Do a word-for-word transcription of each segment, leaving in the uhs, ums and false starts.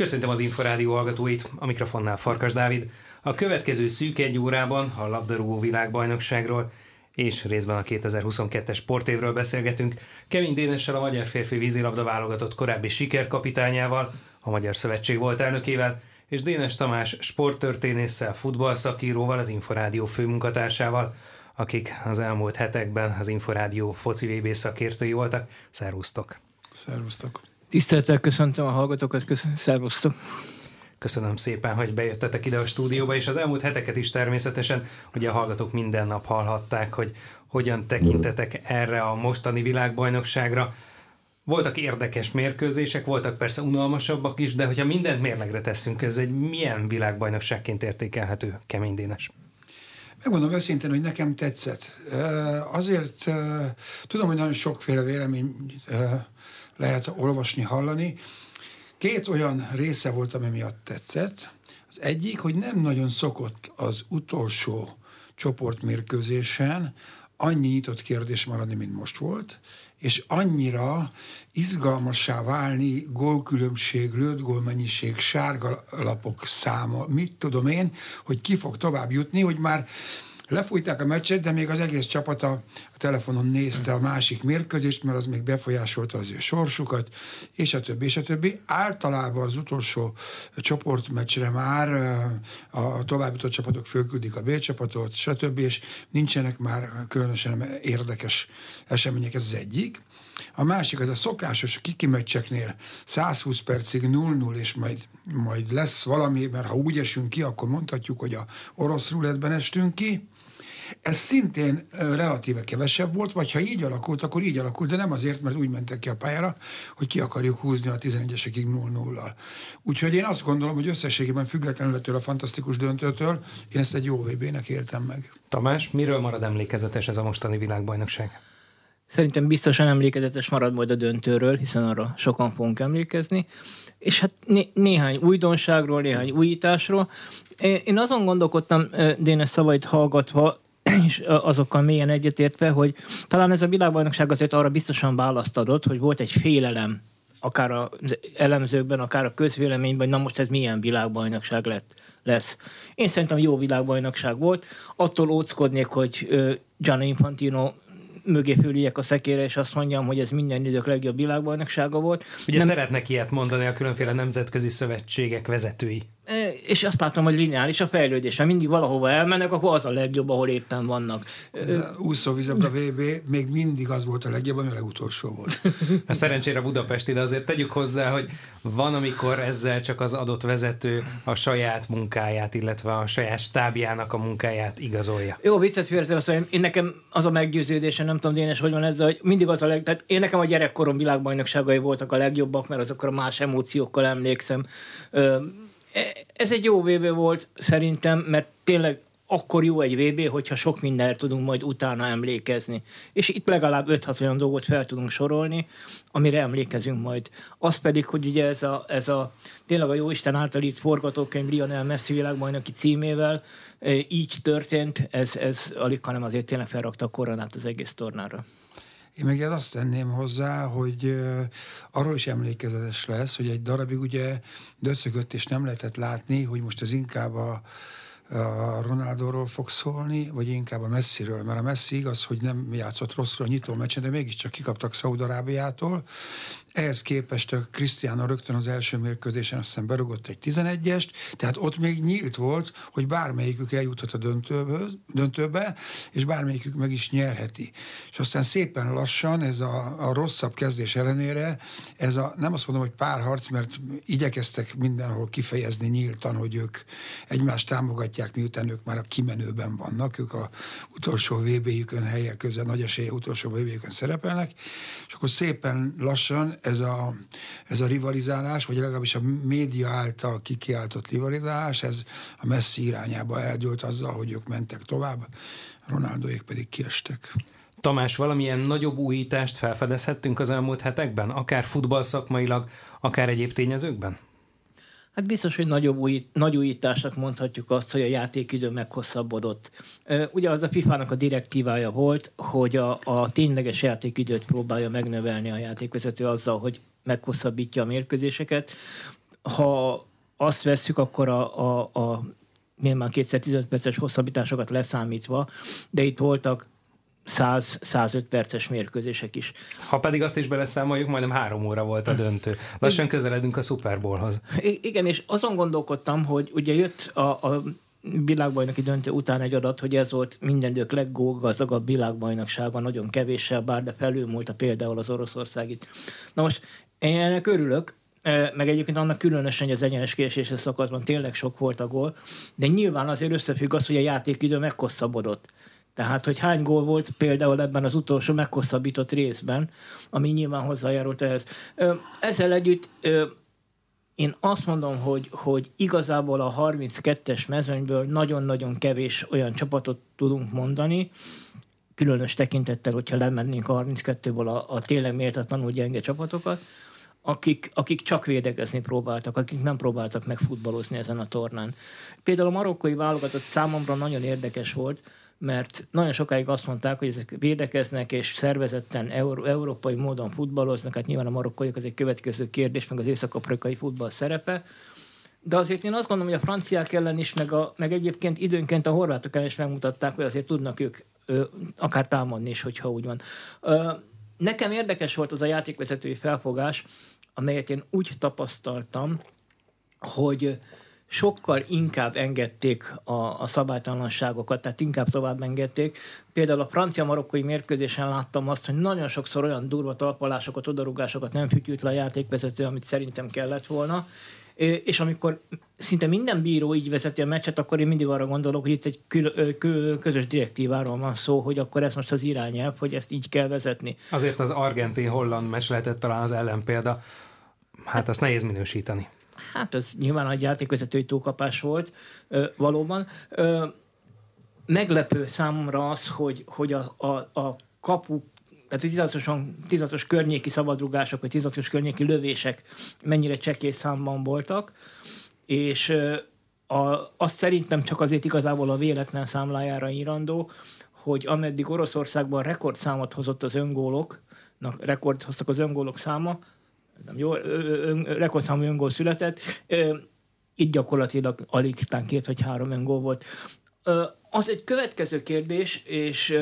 Köszöntöm az Inforádió hallgatóit, a mikrofonnál Farkas Dávid. A következő szűk egy órában a labdarúgó világbajnokságról és részben a kétezer-huszonkettes sportévről beszélgetünk. Kemény Dénessel, a magyar férfi vízilabda válogatott korábbi sikerkapitányával, a Magyar Szövetség volt elnökével, és Dénes Tamás sporttörténésszel, futballszakíróval, az Inforádió főmunkatársával, akik az elmúlt hetekben az Inforádió foci vé bé szakértői voltak. Szervusztok! Szervusztok! Tisztelettel köszöntöm a hallgatókat, köszönöm, szervusztok! Köszönöm szépen, hogy bejöttetek ide a stúdióba, és az elmúlt heteket is természetesen, ugye a hallgatók minden nap hallhatták, hogy hogyan tekintetek erre a mostani világbajnokságra. Voltak érdekes mérkőzések, voltak persze unalmasabbak is, de hogyha mindent mérlegre teszünk, ez egy milyen világbajnokságként értékelhető, Kemény Dénes? Megmondom őszintén, hogy nekem tetszett. Azért tudom, hogy nagyon sokféle vélemény lehet olvasni, hallani. Két olyan része volt, ami miatt tetszett. Az egyik, hogy nem nagyon szokott az utolsó csoportmérkőzésen annyi nyitott kérdés maradni, mint most volt, és annyira izgalmassá válni gólkülönbség, lőtt gólmennyiség, sárga lapok száma, mit tudom én, hogy ki fog tovább jutni, hogy már lefújták a meccset, de még az egész csapat a, a telefonon nézte a másik mérkőzést, mert az még befolyásolta az ő sorsukat, és a többi, és a többi. Általában az utolsó csoportmeccsre már a továbbjutott csapatok fölküldik a B csapatot, stb., és nincsenek már különösen érdekes események, ez az egyik. A másik az a szokásos kiki-meccseknél százhúsz percig null null, és majd, majd lesz valami, mert ha úgy esünk ki, akkor mondhatjuk, hogy a orosz rulettben estünk ki. Ez szintén relatíve kevesebb volt, vagy ha így alakult, akkor így alakult, de nem azért, mert úgy mentek ki a pályára, hogy ki akarjuk húzni a tizenegyesekig null nullal. Úgyhogy én azt gondolom, hogy összességében függetlenül ettől a fantasztikus döntőtől, én ezt egy jó vé bének éltem meg. Tamás, miről marad emlékezetes ez a mostani világbajnokság? Szerintem biztosan emlékezetes marad majd a döntőről, hiszen arra sokan fogunk emlékezni. És hát né- néhány újdonságról, néhány újításról. Én azon gondolkodtam, Dénes szavait hallgatva, és azokkal mélyen egyetértve, hogy talán ez a világbajnokság azért arra biztosan választ adott, hogy volt egy félelem, akár az elemzőkben, akár a közvéleményben, hogy na most ez milyen világbajnokság lett, lesz. Én szerintem jó világbajnokság volt. Attól óckodnék, hogy Gianni Infantino mögé fölüljek a szekére, és azt mondjam, hogy ez minden idők legjobb világbajnoksága volt. Ugye Nem... szeretnek ilyet mondani a különféle nemzetközi szövetségek vezetői. És azt látom, hogy lineáris a fejlődés. Ha mindig valahova elmennek, akkor az a legjobb, ahol éppen vannak. A úszóvízabda vé bé még mindig az volt a legjobb, ami a legutolsó volt. A szerencsére Budapesti, de azért tegyük hozzá, hogy van, amikor ezzel csak az adott vezető a saját munkáját, illetve a saját stábjának a munkáját igazolja. Jó, viccet félretem, azt mondjam, én nekem az a meggyőződésem, nem tudom, Dénes, hogy van ezzel, hogy mindig az a leg... Tehát én nekem a gyerekkorom világbajnokságai voltak a legjobbak, mert azokra más emóciókkal emlékszem. Ez egy jó vé bé volt szerintem, mert tényleg akkor jó egy vé bé, hogyha sok mindenre tudunk majd utána emlékezni. És itt legalább öt-hat olyan dolgot fel tudunk sorolni, amire emlékezünk majd. Az pedig, hogy ugye ez a, ez a tényleg a Jóisten által írt forgatókönyv Lionel Messi világbajnoki címével így történt, ez, ez alig, hanem azért tényleg felrakta a koronát az egész tornára. Én meg azt tenném hozzá, hogy uh, arról is emlékezetes lesz, hogy egy darabig ugye döcögött és nem lehetett látni, hogy most ez inkább a, a Ronaldóról fog szólni, vagy inkább a Messiről, mert a Messi igaz, hogy nem játszott rosszul a nyitó meccsen, de mégiscsak kikaptak Szaúd-Arábiától. Ehhez képest a Cristiano rögtön az első mérkőzésen azt hiszem berugott egy tizenegyest, tehát ott még nyílt volt, hogy bármelyikük eljuthat a döntőből, döntőbe, és bármelyikük meg is nyerheti. És aztán szépen lassan ez a, a rosszabb kezdés ellenére, ez a, nem azt mondom, hogy párharc, mert igyekeztek mindenhol kifejezni nyíltan, hogy ők egymást támogatják, miután ők már a kimenőben vannak, ők a utolsó vé béjükön helye közel, nagy esélye utolsó vé béjükön szerepelnek, és akkor szépen lassan ez a, ez a rivalizálás, vagy legalábbis a média által kikiáltott rivalizálás, ez a Messi irányába eldőlt azzal, hogy ők mentek tovább, Ronaldóék pedig kiestek. Tamás, valamilyen nagyobb újítást felfedezhettünk az elmúlt hetekben? Akár futballszakmailag, akár egyéb tényezőkben? Hát biztos, hogy nagyobb új, nagy újításnak mondhatjuk azt, hogy a játékidő meghosszabbodott. Ugye az a fifának a direktívája volt, hogy a, a tényleges játékidőt próbálja megnövelni a játékvezető azzal, hogy meghosszabbítja a mérkőzéseket. ha azt vesszük, akkor a, a, a nyilván kétszáztizenöt perces hosszabbításokat leszámítva, de itt voltak száz-százöt perces mérkőzések is. Ha pedig azt is beleszámoljuk, majdnem három óra volt a döntő. Lassan közeledünk a Super Bowlhoz. I- igen, és azon gondolkodtam, hogy ugye jött a, a világbajnoki döntő után egy adat, hogy ez volt minden idők leggógazdagabb világbajnokságban, nagyon kevéssel bár, de felülmúlta például az Oroszországit. Na most én ennek örülök, meg egyébként annak különösen, hogy az egyenes kieséses szakaszban tényleg sok volt a gól, de nyilván azért összefügg az, hogy a játékidő meghosszabbodott. Tehát, hogy hány gól volt például ebben az utolsó meghosszabbított részben, ami nyilván hozzájárult ehhez. Ezzel együtt én azt mondom, hogy, hogy igazából a harminckettes mezőnyből nagyon-nagyon kevés olyan csapatot tudunk mondani, különös tekintettel, hogyha lemennénk a harminckettőből a, a tényleg méltatlanul gyenge csapatokat, akik, akik csak védekezni próbáltak, akik nem próbáltak meg futballozni ezen a tornán. Például a marokkói válogatott számomra nagyon érdekes volt, mert nagyon sokáig azt mondták, hogy ezek védekeznek és szervezetten euró, európai módon futballoznak, hát nyilván a marokkóiak az egy következő kérdés, meg az észak-afrikai futball szerepe, de azért én azt gondolom, hogy a franciák ellen is, meg, a, meg egyébként időnként a horvátok ellen is megmutatták, hogy azért tudnak ők ö, akár támadni is, hogyha úgy van. Ö, nekem érdekes volt az a játékvezetői felfogás, amelyet én úgy tapasztaltam, hogy sokkal inkább engedték a, a szabálytalanságokat, tehát inkább tovább engedték. Például a francia-marokkói mérkőzésen láttam azt, hogy nagyon sokszor olyan durva talpalásokat, odarúgásokat nem fütyült le a játékvezető, amit szerintem kellett volna. És amikor szinte minden bíró így vezeti a meccset, akkor én mindig arra gondolok, hogy itt egy kül- kül- közös direktíváról van szó, hogy akkor ez most az irányelv, hogy ezt így kell vezetni. Azért az argentin-holland meccs lehetett talán az ellenpélda. Hát azt nehéz minősíteni. Hát ez nyilván egy játékvezetői túlkapás volt, ö, valóban. Ö, meglepő számomra az, hogy, hogy a, a, a kapu, tehát tizatosan, tizatos környéki szabadrugások, vagy tizatos környéki lövések mennyire csekély számban voltak, és ö, a, azt szerintem csak azért igazából a véletlen számlájára írandó, hogy ameddig Oroszországban rekordszámot hozott az öngóloknak, rekord hoztak az öngólok száma, nem jó, rekordszámú öngól született, itt gyakorlatilag alig tán két vagy három öngól volt. Az egy következő kérdés, és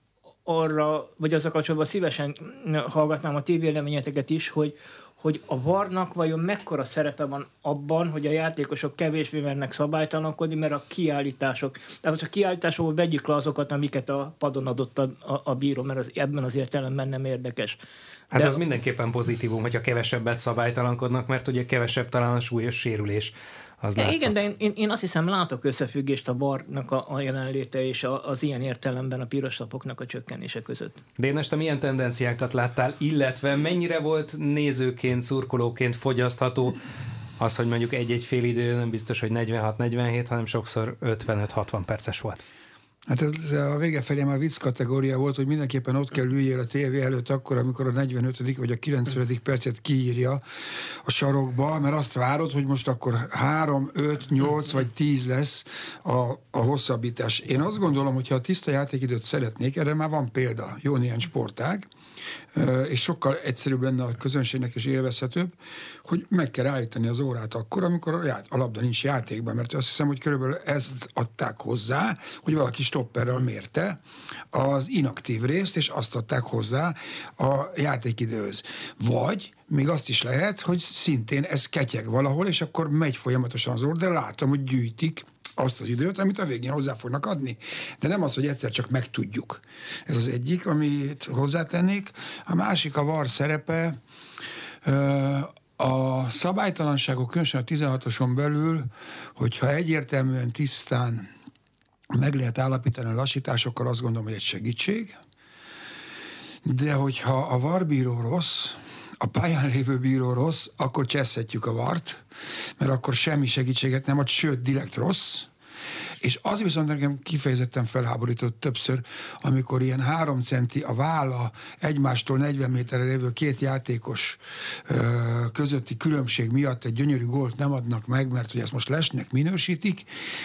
arra, vagy azzal kapcsolatban szívesen hallgatnám a ti véleményeteket is, hogy, hogy a varnak vajon mekkora szerepe van abban, hogy a játékosok kevésbé mennek szabálytalankodni, mert a kiállítások, tehát a kiállításokból vegyük le azokat, amiket a padon adott a, a, a bíró, mert az, ebben az értelemben nem érdekes. Hát de az mindenképpen pozitívum, hogyha kevesebbet szabálytalankodnak, mert ugye kevesebb talán a súlyos sérülés. Az de látszott. igen, de én, én azt hiszem látok összefüggést a varnak a, a jelenléte és a, az ilyen értelemben a piros lapoknak a csökkenése között. Dénes, te milyen tendenciákat láttál, illetve mennyire volt nézőként, szurkolóként fogyasztható az, hogy mondjuk egy-egy fél idő nem biztos, hogy negyvenhat-negyvenhét, hanem sokszor ötvenöt-hatvan perces volt. Hát ez a vége felé már vicc kategória volt, hogy mindenképpen ott kell üljél a tévé előtt akkor, amikor a negyvenötödik vagy a kilencvenedik percet kiírja a sarokba, mert azt várod, hogy most akkor három, öt, nyolc vagy tíz lesz a, a hosszabbítás. Én azt gondolom, hogy ha a tiszta játékidőt szeretnék, erre már van példa, jó néhány sportág, és sokkal egyszerűbb lenne a közönségnek és élvezhetőbb, hogy meg kell állítani az órát akkor, amikor a labda nincs játékban, mert azt hiszem, hogy körülbelül ezt adták hozzá, hogy valaki stopperrel mérte az inaktív részt, és azt adták hozzá a játékidőhöz. Vagy még azt is lehet, hogy szintén ez ketyeg valahol, és akkor megy folyamatosan az óra, de látom, hogy gyűjtik azt az időt, amit a végén hozzá fognak adni. De nem az, hogy egyszer csak megtudjuk. Ez az egyik, amit hozzátennék. A másik a var szerepe. A szabálytalanságok, különösen a tizenhatoson belül, hogyha egyértelműen tisztán meg lehet állapítani a lassításokkal, azt gondolom, hogy egy segítség. De hogyha a varbíró rossz, a pályán lévő bíró rossz, akkor cseszhetjük a vart, mert akkor semmi segítséget nem ad, sőt, direkt rossz. És az viszont nekem kifejezetten felháborított többször, amikor ilyen három centi a válla egymástól negyven méterre lévő két játékos ö, közötti különbség miatt egy gyönyörű gólt nem adnak meg, mert hogy ezt most lesnek minősítik.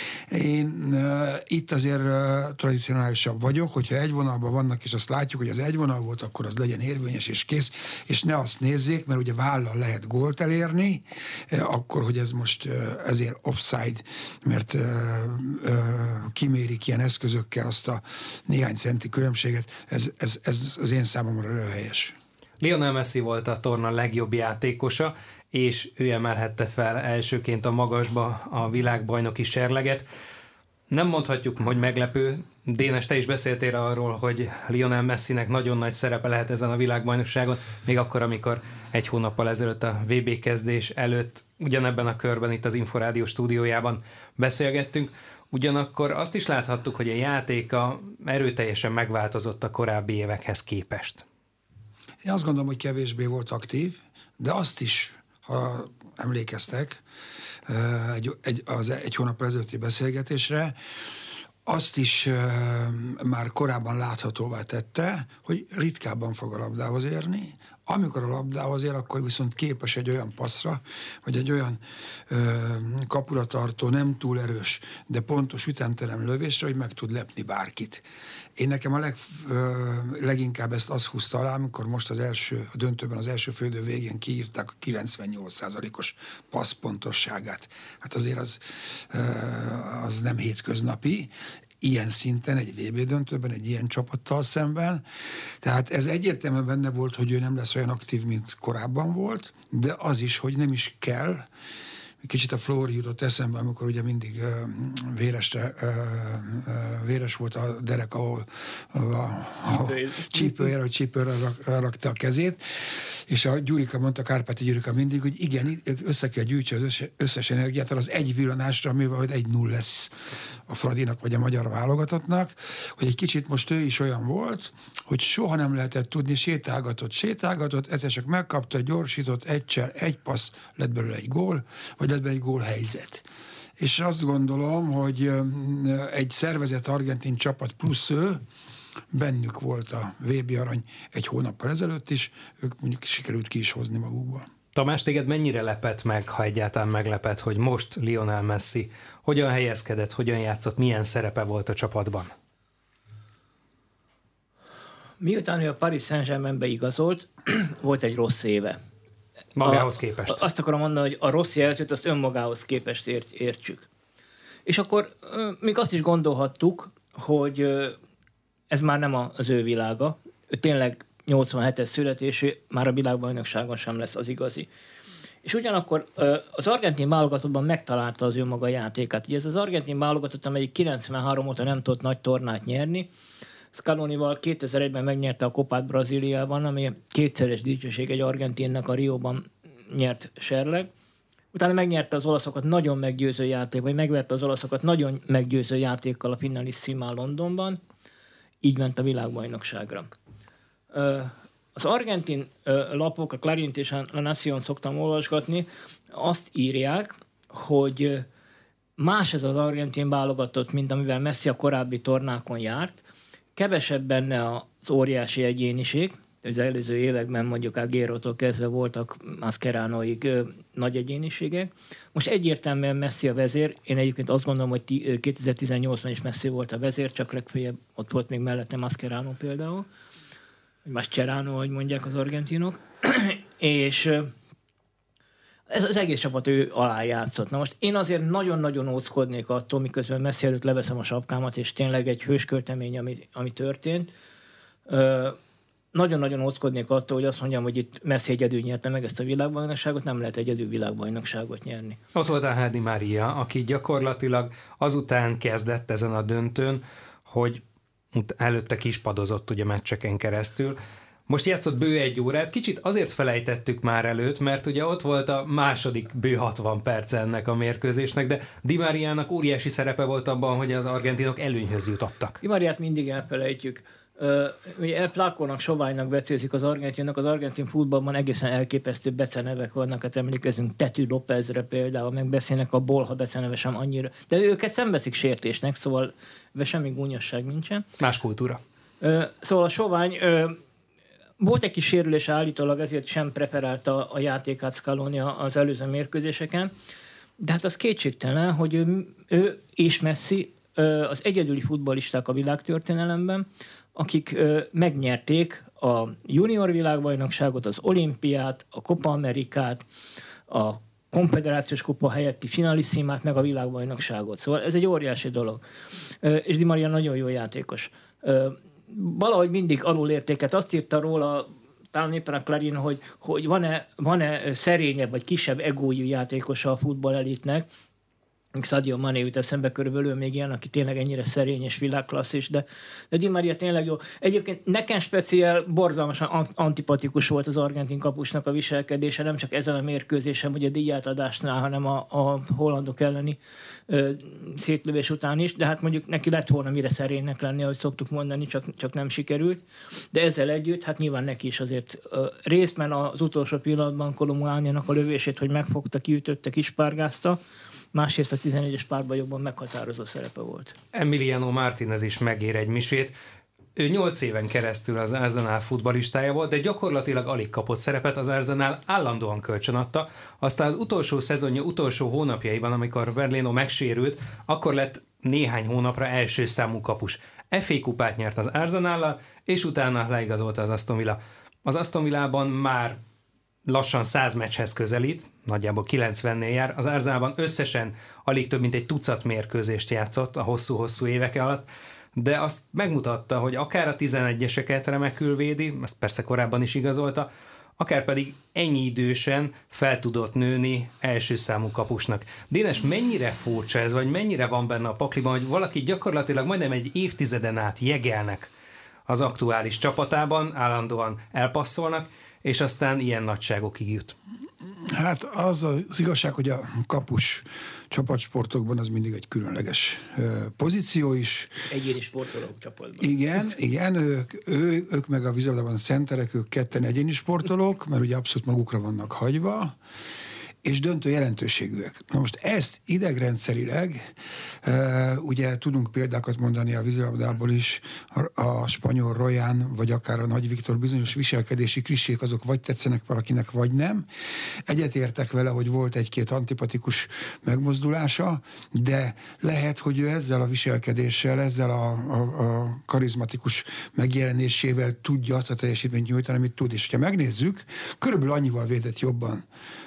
Én ö, itt azért ö, tradicionálisabb vagyok, hogyha egy vonalban vannak, és azt látjuk, hogy az egy vonal volt, akkor az legyen érvényes és kész, és ne azt nézzék, mert ugye vállal lehet gólt elérni, akkor, hogy ez most ezért offside, mert kimérik ilyen eszközökkel azt a néhány centi különbséget, ez, ez, ez az én számomra helyes. Lionel Messi volt a torna legjobb játékosa, és ő emelhette fel elsőként a magasba a világbajnoki serleget. Nem mondhatjuk, hogy meglepő. Dénes, te is beszéltél arról, hogy Lionel Messinek nagyon nagy szerepe lehet ezen a világbajnokságon, még akkor, amikor egy hónappal ezelőtt a vé bé kezdés előtt ugyanebben a körben itt az Inforádió stúdiójában beszélgettünk. Ugyanakkor azt is láthattuk, hogy a játéka erőteljesen megváltozott a korábbi évekhez képest. Én azt gondolom, hogy kevésbé volt aktív, de azt is, ha emlékeztek, egy, egy, az egy hónap ezelőtti beszélgetésre, azt is uh, már korábban láthatóvá tette, hogy ritkábban fog a labdához érni. Amikor a labdához ér, akkor viszont képes egy olyan passzra, vagy egy olyan uh, kapura tartó, nem túl erős, de pontos ütemterem lövésre, hogy meg tud lepni bárkit. Én nekem a leg, uh, leginkább ezt azt húzta alá, amikor most az első, a döntőben az első félidő végén kiírták a kilencvennyolc százalékos passzpontosságát. Hát azért az, uh, az nem hétköznapi, ilyen szinten, egy vé bé döntőben, egy ilyen csapattal szemben. Tehát ez egyértelműen benne volt, hogy ő nem lesz olyan aktív, mint korábban volt, de az is, hogy nem is kell. Kicsit a Flóri jutott eszembe, amikor ugye mindig uh, véresre, uh, uh, véres volt a derek, ahol uh, a csípőjére, hogy csípőre rak, rakta a kezét, és a Gyurika mondta, Kárpáti Gyurika mindig, hogy igen, össze kell gyűjtse az összes, összes energiát, az egy villanásra, amivel hogy egy null lesz a Fradinak, vagy a magyar válogatottnak, hogy egy kicsit most ő is olyan volt, hogy soha nem lehetett tudni, sétálgatott, sétálgatott, egyszer csak megkapta, gyorsított, egyszer, egy passz, lett belőle egy gól, vagy lett belőle egy gólhelyzet. És azt gondolom, hogy egy szervezett argentin csapat plusz ő, bennük volt a vé bé arany egy hónappal ezelőtt is, ők mondjuk sikerült ki is hozni magukból. Tamás, téged mennyire lepett meg, ha egyáltalán meglepett, hogy most Lionel Messi hogyan helyezkedett, hogyan játszott, milyen szerepe volt a csapatban? Miután ő a Paris Saint-Germainbe igazolt, volt egy rossz éve. Magához képest. A, azt akarom mondani, hogy a rossz jelzőt azt önmagához képest ért, értsük. És akkor még azt is gondolhattuk, hogy ez már nem az ő világa. Ő tényleg nyolcvanhetes születésű, már a világbajnokságon sem lesz az igazi. És ugyanakkor az argentin válogatottban megtalálta az ő maga játékát. Ugye ez az argentin válogatott, amelyik kilencvenhárom óta nem tudott nagy tornát nyerni. Scalonival kétezer-egyben megnyerte a Kopát Brazíliában, ami kétszeres dicsőség egy argentinnek, a Rióban nyert serleg. Utána megnyerte az olaszokat nagyon meggyőző játék, vagy megverte az olaszokat nagyon meggyőző játékkal a Finalissima Londonban. Így ment a világbajnokságra. Az argentin lapok, a Clarín és a Nación szoktam olvasgatni, azt írják, hogy más ez az argentin válogatott, mint amivel Messi a korábbi tornákon járt. Kevesebb benne az óriási egyéniség, az előző években mondjuk Agüerótól kezdve voltak Mascheranoig nagy egyéniségek. Most egyértelműen Messi a vezér. Én egyébként azt gondolom, hogy kétezer-tizennyolcban is Messi volt a vezér, csak legfeljebb ott volt még mellette Mascherano például, vagy Mascherano, ahogy mondják az argentinok. És ez az egész csapat ő alá játszott. Na most én azért nagyon-nagyon óckodnék attól, miközben Messi előtt leveszem a sapkámat, és tényleg egy hősköltemény, ami, ami történt. Ö, nagyon-nagyon óckodnék attól, hogy azt mondjam, hogy itt Messi egyedül nyerte meg ezt a világbajnokságot, nem lehet egyedül világbajnokságot nyerni. Ott volt Ángel Di Maria, aki gyakorlatilag azután kezdett ezen a döntőn, hogy előtte kispadozott ugye meccseken keresztül. Most játszott bő egy órát, kicsit azért felejtettük már előtt, mert ugye ott volt a második bő hatvan perc ennek a mérkőzésnek, de Di Mariának óriási szerepe volt abban, hogy az argentinok előnyhöz jutottak. Di Mariát mindig elfelejtjük. Ugye El Plákónak, Soványnak becézik az argentinnak, az argentin futballban egészen elképesztő becenevek vannak, hát emlékezünk Tetű Lópezre például, meg beszélnek a Bolha beceneve sem annyira, de őket szembeszik sértésnek, szóval semmi gúnyosság nincsen. Más kultúra. Szóval a Sovány volt egy kis sérülés állítólag, ezért sem preferálta a játékát Scaloni az előző mérkőzéseken, de hát az kétségtelen, hogy ő, ő és Messi az egyedüli futballisták a világtörténelemben, akik megnyerték a junior világbajnokságot, az olimpiát, a Copa Amerikát, a konfederációs kupa helyetti finalissimát, meg a világbajnokságot. Szóval ez egy óriási dolog. És Di Maria nagyon jó játékos. Valahogy mindig alulértéket. Azt írta róla talán éppen a Clarín, hogy, hogy van-e, van-e szerényebb vagy kisebb egójú játékosa a futballelitnek. Sadio Mané jut eszembe, körülbelül még ilyen, aki tényleg ennyire szerény és világklasszis, de, de Di Maria tényleg jó. Egyébként nekem speciál borzalmasan antipatikus volt az argentin kapusnak a viselkedése, nem csak ezen a mérkőzésen, ugye a díjátadásnál, hanem a, a hollandok elleni ö, szétlövés után is, de hát mondjuk neki lett volna mire szerénynek lenni, ahogy szoktuk mondani, csak, csak nem sikerült. De ezzel együtt, hát nyilván neki is azért ö, részben az utolsó pillanatban Kolomboániának a lövését, hogy megfogta, kiütötte, kispárgázta, másrészt a tizenegyes párban jobban meghatározó szerepe volt. Emiliano Martinez is megér egy misét. Ő nyolc éven keresztül az Arsenal futballistája volt, de gyakorlatilag alig kapott szerepet, az Arsenal állandóan kölcsönadta. Aztán az utolsó szezonja utolsó hónapjaiban, amikor Berlino megsérült, akkor lett néhány hónapra első számú kapus. ef á kupát nyert az Arsenallal, és utána leigazolta az Aston Villa. Az Aston Villában már lassan száz meccshez közelít, nagyjából kilencvennél jár. Az Arsenalban összesen alig több mint egy tucat mérkőzést játszott a hosszú-hosszú évek alatt, de azt megmutatta, hogy akár a tizenegyeseket remekül védi, ezt persze korábban is igazolta, akár pedig ennyi idősen fel tudott nőni első számú kapusnak. Dénes, mennyire furcsa ez, vagy mennyire van benne a pakliban, hogy valaki gyakorlatilag majdnem egy évtizeden át jegelnek az aktuális csapatában, állandóan elpasszolnak, és aztán ilyen nagyságokig jut. Hát az az igazság, hogy a kapus csapatsportokban az mindig egy különleges pozíció is. Egyéni sportolók csapatban. Igen, igen, ők, ő, ők meg a vízilabdában szenterek, ők ketten egyéni sportolók, mert ugye abszolút magukra vannak hagyva, és döntő jelentőségűek. Na most ezt idegrendszerileg, e, ugye tudunk példákat mondani a vízilabdából is, a, a spanyol Royán, vagy akár a Nagy Viktor bizonyos viselkedési klisék, azok vagy tetszenek valakinek, vagy nem. Egyetértek vele, hogy volt egy-két antipatikus megmozdulása, de lehet, hogy ő ezzel a viselkedéssel, ezzel a, a, a karizmatikus megjelenésével tudja azt a teljesítményt nyújtani, amit tud. És ha megnézzük, körülbelül annyival védett jobban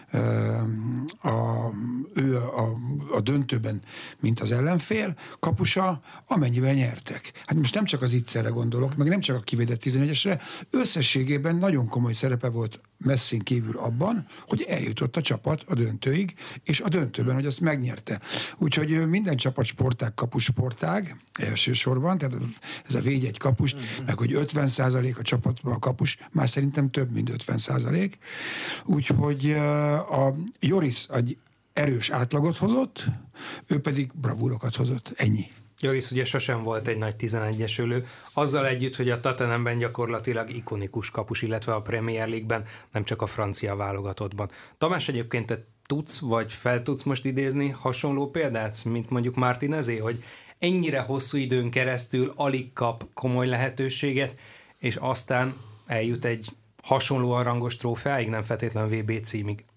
A, ő a, a döntőben, mint az ellenfél kapusa, amennyivel nyertek. Hát most nem csak az ittszerre gondolok, meg nem csak a kivédett tizenegyesre, összességében nagyon komoly szerepe volt Messin kívül abban, hogy eljutott a csapat a döntőig, és a döntőben, hogy azt megnyerte. Úgyhogy minden csapat sportág, kapus sportág elsősorban, tehát ez a védj egy kapust, mm-hmm. meg hogy ötven százalék a csapatban a kapus, már szerintem több, mint ötven százalék. Úgyhogy a Joris egy erős átlagot hozott, ő pedig bravúrokat hozott. Ennyi. Joris ugye sosem volt egy nagy tizenegyes ülő, azzal együtt, hogy a Tottenhamben gyakorlatilag ikonikus kapus, illetve a Premier League-ben, nem csak a francia válogatottban. Tamás, egyébként te tudsz, vagy fel tudsz most idézni hasonló példát, mint mondjuk Martinezé, hogy ennyire hosszú időn keresztül alig kap komoly lehetőséget, és aztán eljut egy hasonlóan rangos trófeáig, nem feltétlenül vé bé címig?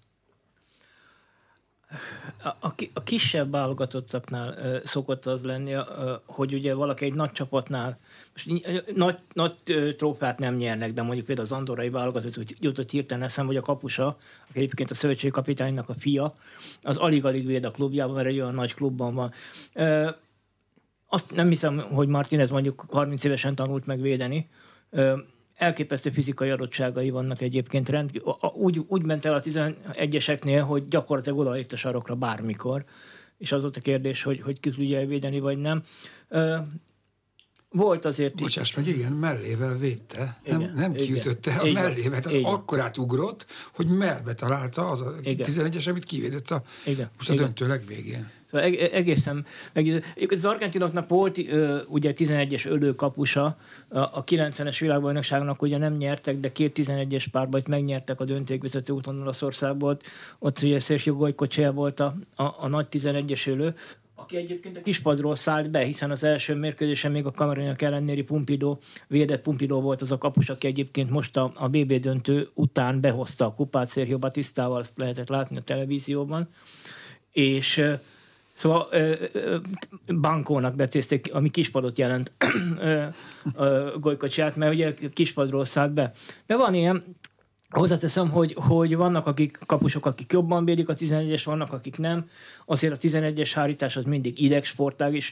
A, a kisebb válogatottaknál uh, szokott az lenni, uh, hogy ugye valaki egy nagy csapatnál, most nagy, nagy uh, trófeát nem nyernek, de mondjuk például az andorrai válogatott jutott hirtelen eszembe, hogy a kapusa, aki egyébként a szövetségi kapitánynak a fia, az alig-alig véd a klubjában, mert egy olyan nagy klubban van. Uh, azt nem hiszem, hogy Martinez mondjuk harminc évesen tanult meg védeni. Uh, Elképesztő fizikai adottságai vannak egyébként. Rend, úgy, úgy ment el a tizenegyeseknél, hogy gyakorlatilag odaért a sarokra bármikor. És az volt a kérdés, hogy, hogy ki tudja elvédeni, vagy nem. Volt azért... Bocsáss meg, igen, mellével védte. Igen, nem, nem kiütötte a igen, mellével, tehát akkorát ugrott, hogy mellbe találta az a igen. tizenegyes, amit kivédett a, igen. most a igen. döntő legvégén. Szóval egészen... Az argentinoknak volt ugye tizenegyes ölőkapusa, a kilencvenes világbajnokságnak ugye nem nyertek, de két tizenegyes párban megnyertek a döntők vezető úton Olaszországból. Ott ugye Sergio Goycochea volt a, a, a nagy tizenegyes ölő, aki egyébként a kispadról szállt be, hiszen az első mérkőzésen még a kameruniak ellenéri Pumpido, védett Pumpido volt az a kapus, aki egyébként most a, a bé bé döntő után behozta a kupát Sergio Batistával, azt lehetett látni a televízióban, és szóval Bankónak becézték, ami kispadot jelent Goycocheát, mert ugye kispadról szállt be. De van ilyen, hozzáteszem, hogy, hogy vannak akik kapusok, akik jobban védik a tizenegyes, vannak akik nem. Azért a tizenegyes hárítás az mindig idegsportág is.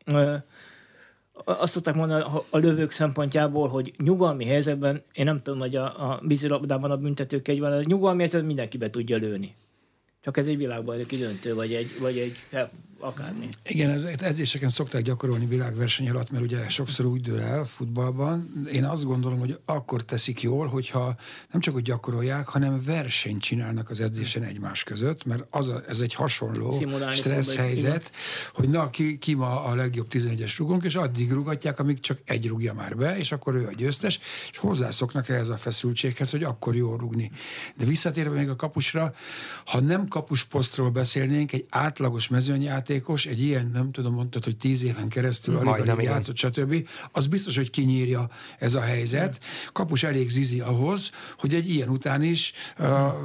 Azt szokták mondani a lövők szempontjából, hogy nyugalmi helyzetben, én nem tudom, hogy a, a vízilabdában a büntetők egy van, a nyugalmi helyzetben mindenki be tudja lőni. Csak ez egy világbajnoki döntő, vagy egy, vagy egy akármi. Igen, ez, edzéseken szokták gyakorolni világverseny alatt, mert ugye sokszor úgy dől el futballban. Én azt gondolom, hogy akkor teszik jól, hogyha nem csak hogy gyakorolják, hanem versenyt csinálnak az edzésen egymás között, mert az a, ez egy hasonló stressz helyzet, hogy na, ki, ki ma a legjobb tizenegyes rugónk, és addig rugatják, amíg csak egy rúgja már be, és akkor ő a győztes, és hozzászoknak ehhez a feszültséghez, hogy akkor jól rugni. De visszatérve még a kapusra, ha nem kapusposztról beszélnénk, egy átlagos mezőnyjátékos, egy ilyen, nem tudom, mondtad, hogy tíz éven keresztül alig-alig játszott, stb., az biztos, hogy kinyírja ez a helyzet. Kapus elég zizi ahhoz, hogy egy ilyen után is a,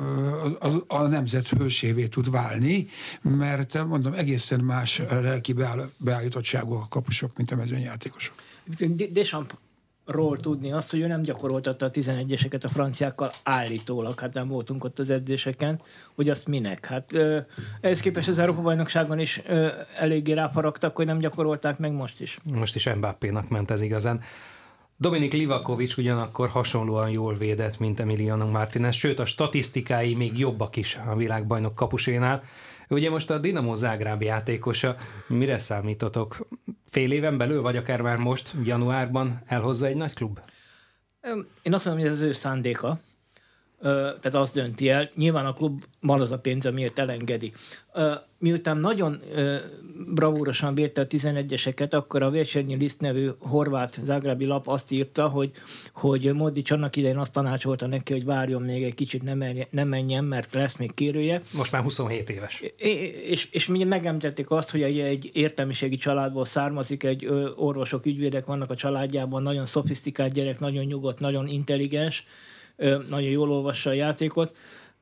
a, a nemzet hősévé tud válni, mert mondom, egészen más lelki beáll, beállítottságok a kapusok, mint a mezőnyjátékosok. Deschamps ról tudni azt, hogy ő nem gyakoroltatta a tizenegyeseket a franciákkal állítólag, hát nem voltunk ott az edzéseken, hogy azt minek. Hát ehhez képest az Európa-bajnokságon is eléggé ráfaragtak, hogy nem gyakorolták meg most is. Most is Mbappénak ment ez igazán. Dominik Livakovic ugyanakkor hasonlóan jól védett, mint Emiliano Martinez, sőt a statisztikái még jobbak is a világbajnok kapusénál. Ugye most a Dinamo Zágráb játékosa, mire számítotok? Fél éven belül, vagy akár már most, januárban elhozza egy nagy klub? Én azt mondom, hogy ez az ő szándéka. Tehát azt dönti el. Nyilván a klubban az a pénz, amiért elengedi. Miután nagyon bravúrosan védte a tizenegyeseket, akkor a Večernji List nevű horvát zágrábi lap azt írta, hogy, hogy Modric annak idején azt tanácsolta neki, hogy várjon még egy kicsit, ne, menjen, ne menjen, mert lesz még kérője. Most már huszonhét éves. És, és mi megemlítették azt, hogy egy értelmiségi családból származik, egy orvosok, ügyvédek vannak a családjában, nagyon szofisztikált gyerek, nagyon nyugodt, nagyon intelligens, nagyon jól olvassa a játékot.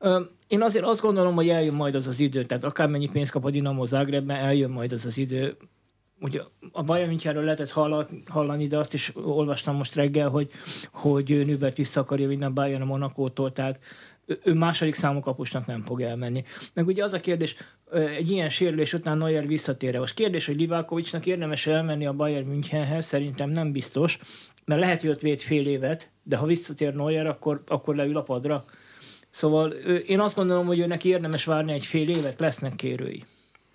Én azért azt gondolom, hogy eljön majd az az idő, tehát akármennyi pénzt kap a Dinamo Zágrábban, eljön majd az az idő. Ugye a Bayern Münchenről lehetett hallani, de azt is olvastam most reggel, hogy, hogy Nübert vissza akarja vinni a Bayern a Monakótól, tehát ő második számú kapusnak nem fog elmenni. Meg ugye az a kérdés, egy ilyen sérülés után Neuer visszatérre. Most kérdés, hogy Livakovicnak érdemes elmenni a Bayern Münchenhez, szerintem nem biztos, mert lehet, hogy ott véd fél évet, de ha visszatér Neuer, akkor, akkor leül a padra. Szóval én azt gondolom, hogy őnek érdemes várni egy fél évet, lesznek kérői.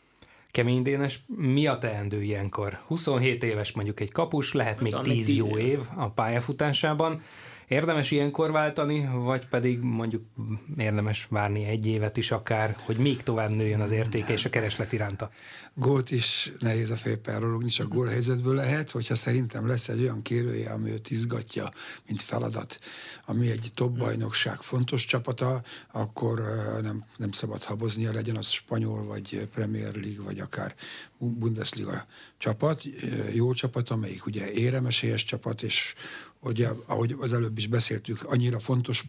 Kemény Dénes, mi a teendő ilyenkor? huszonhét éves mondjuk egy kapus, lehet még tíz jó év a pályafutásában. Érdemes ilyenkor váltani, vagy pedig mondjuk érdemes várni egy évet is akár, hogy még tovább nőjön az értéke és a kereslet iránta? Gólt is nehéz a félpályáról rúgni, csak gólhelyzetből lehet, hogyha szerintem lesz egy olyan kérője, ami őt izgatja, mint feladat, ami egy top bajnokság fontos csapata, akkor nem, nem szabad haboznia, legyen az spanyol, vagy Premier League, vagy akár Bundesliga csapat, jó csapat, amelyik ugye éremesélyes csapat, és ugye, ahogy az előbb is beszéltük, annyira fontos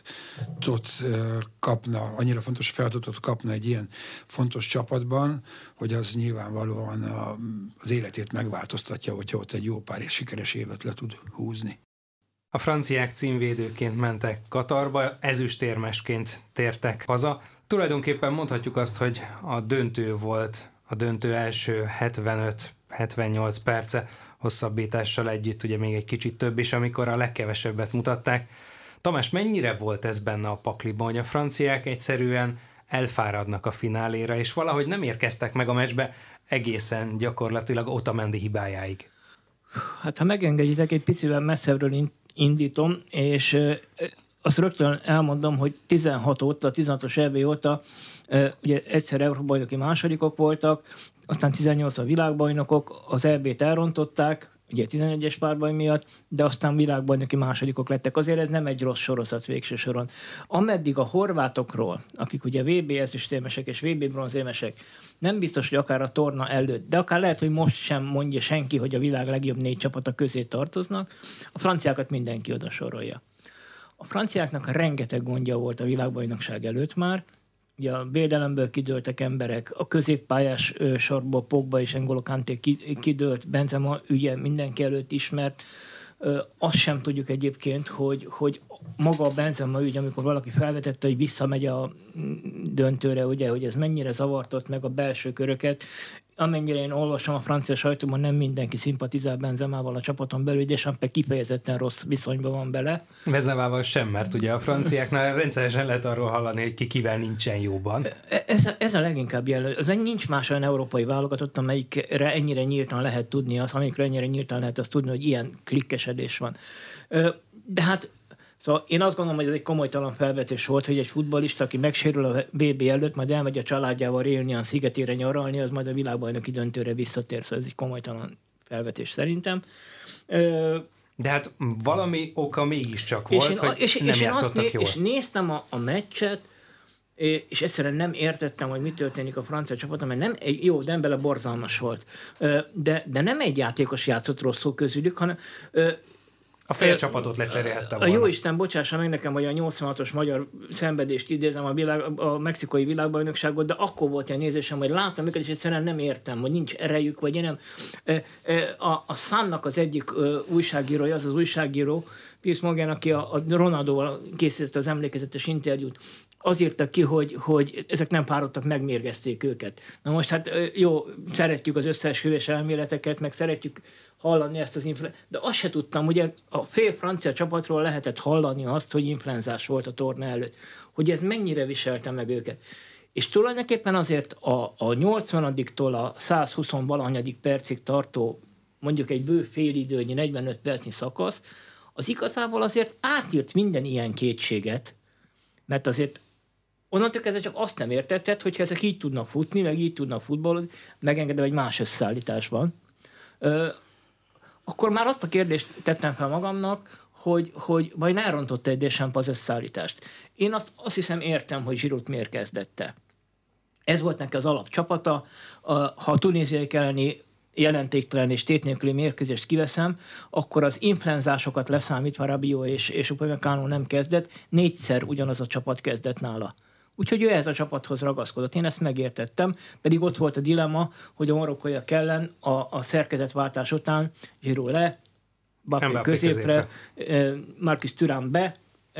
posztot kapna, annyira fontos feladatot kapna egy ilyen fontos csapatban, hogy az nyilvánvalóan a, az életét megváltoztatja, hogyha ott egy jó pár és sikeres évet le tud húzni. A franciák címvédőként mentek Katarba, ezüstérmesként tértek haza. Tulajdonképpen mondhatjuk azt, hogy a döntő volt, a döntő első hetvenöt-hetvennyolc perce, hosszabbítással együtt ugye még egy kicsit több is, amikor a legkevesebbet mutatták. Tamás, mennyire volt ez benne a pakliban, hogy a franciák egyszerűen elfáradnak a fináléra, és valahogy nem érkeztek meg a meccsbe egészen gyakorlatilag Otamendi hibájáig? Hát ha megengeditek, egy picivel messzebbről indítom, és azt rögtön elmondom, hogy tizenhat óta, tizenhatos é bé óta ugye egyszer Európa-bajnoki másodikok voltak, aztán tizennyolcban világbajnokok, az é bét elrontották, ugye tizenegyes párbaj miatt, de aztán világbajnoki másodikok lettek. Azért ez nem egy rossz sorozat végső soron. Ameddig a horvátokról, akik ugye vé bé ezüstérmesek és vé bé bronzérmesek, nem biztos, hogy akár a torna előtt, de akár lehet, hogy most sem mondja senki, hogy a világ legjobb négy csapata közé tartoznak, a franciákat mindenki oda sorolja. A franciáknak rengeteg gondja volt a világbajnokság előtt már, ugye a védelemből kidőltek emberek, a középpályás ö, sorból Pogba és N'Golo Kanté kidőlt, Benzema ügye mindenki előtt ismert. Ö, azt sem tudjuk egyébként, hogy, hogy maga a Benzema ügy, amikor valaki felvetette, hogy visszamegy a döntőre, ugye, hogy ez mennyire zavartott meg a belső köröket. Amennyire én olvasom a francia sajtóban, nem mindenki szimpatizál Benzemával a csapaton belül, de Deschamps kifejezetten rossz viszonyban van bele. Benzemával sem, mert ugye a franciáknál rendszeresen lehet arról hallani, hogy ki kivel nincsen jóban. Ez a, ez a leginkább jelölő. Az nincs más olyan európai válogatott, amelyikre ennyire nyíltan lehet tudni azt, amikre ennyire nyíltan lehet azt tudni, hogy ilyen klikkesedés van. De hát szóval én azt gondolom, hogy ez egy komolytalan felvetés volt, hogy egy futballista, aki megsérül a vé bé előtt, majd elmegy a családjával élni a szigetére nyaralni, az majd a világbajnoki döntőre visszatér. Szóval ez egy komolytalan felvetés szerintem. De hát valami oka mégiscsak volt, és én, hogy és, nem és játszottak né- jól. És néztem a, a meccset, és egyszerűen nem értettem, hogy mi történik a francia csapaton, mert nem egy, jó, Dembele borzalmas volt, de, de nem egy játékos játszott rosszul közülük, hanem a fél csapatot lecserélhette volna. A jóisten bocsássa meg nekem, hogy a nyolcvanhatos magyar szenvedést idézem a, világ, a mexikai világbajnokságot, de akkor volt ilyen nézésem, hogy láttam őket, és egyszerűen nem értem, hogy nincs erejük, vagy nem. A, a Sunnak az egyik újságírója, az az újságíró, Piers Morgan, aki a, a Ronaldóval készítette az emlékezetes interjút, az írta ki, hogy, hogy ezek nem párodtak, megmérgezték őket. Na most hát jó, szeretjük az összeesküvés elméleteket, meg szeretjük hallani ezt az influenzát, de azt se tudtam, ugye a fél francia csapatról lehetett hallani azt, hogy influenzás volt a torna előtt, hogy ez mennyire viselte meg őket. És tulajdonképpen azért a, a nyolcvanadiktól a százhúsz-valahanyadik percig tartó, mondjuk egy bő félidőnyi, negyvenöt percnyi szakasz, az igazából azért átírt minden ilyen kétséget, mert azért onnantól kezdve csak azt nem értetted, hogyha ezek így tudnak futni, meg így tudnak futballozni, megengedve egy más összeállításban, ö, akkor már azt a kérdést tettem fel magamnak, hogy, hogy majd elrontotta egy Deschamps az összeállítást. Én azt, azt hiszem értem, hogy Giroud miért kezdette. Ez volt neki az alapcsapata. Ha a tunéziai elleni jelentéktelen és tét nélküli mérkőzést kiveszem, akkor az influenzásokat leszámítva Rabiot és, és Upamecano nem kezdett, négyszer ugyanaz a csapat kezdett nála. Úgyhogy ő ez a csapathoz ragaszkodott. Én ezt megértettem, pedig ott volt a dilemma, hogy a marokkóiak ellen a, a szerkezetváltás után Giroud le, Mbappé középre, középre. Marcus Thuram be,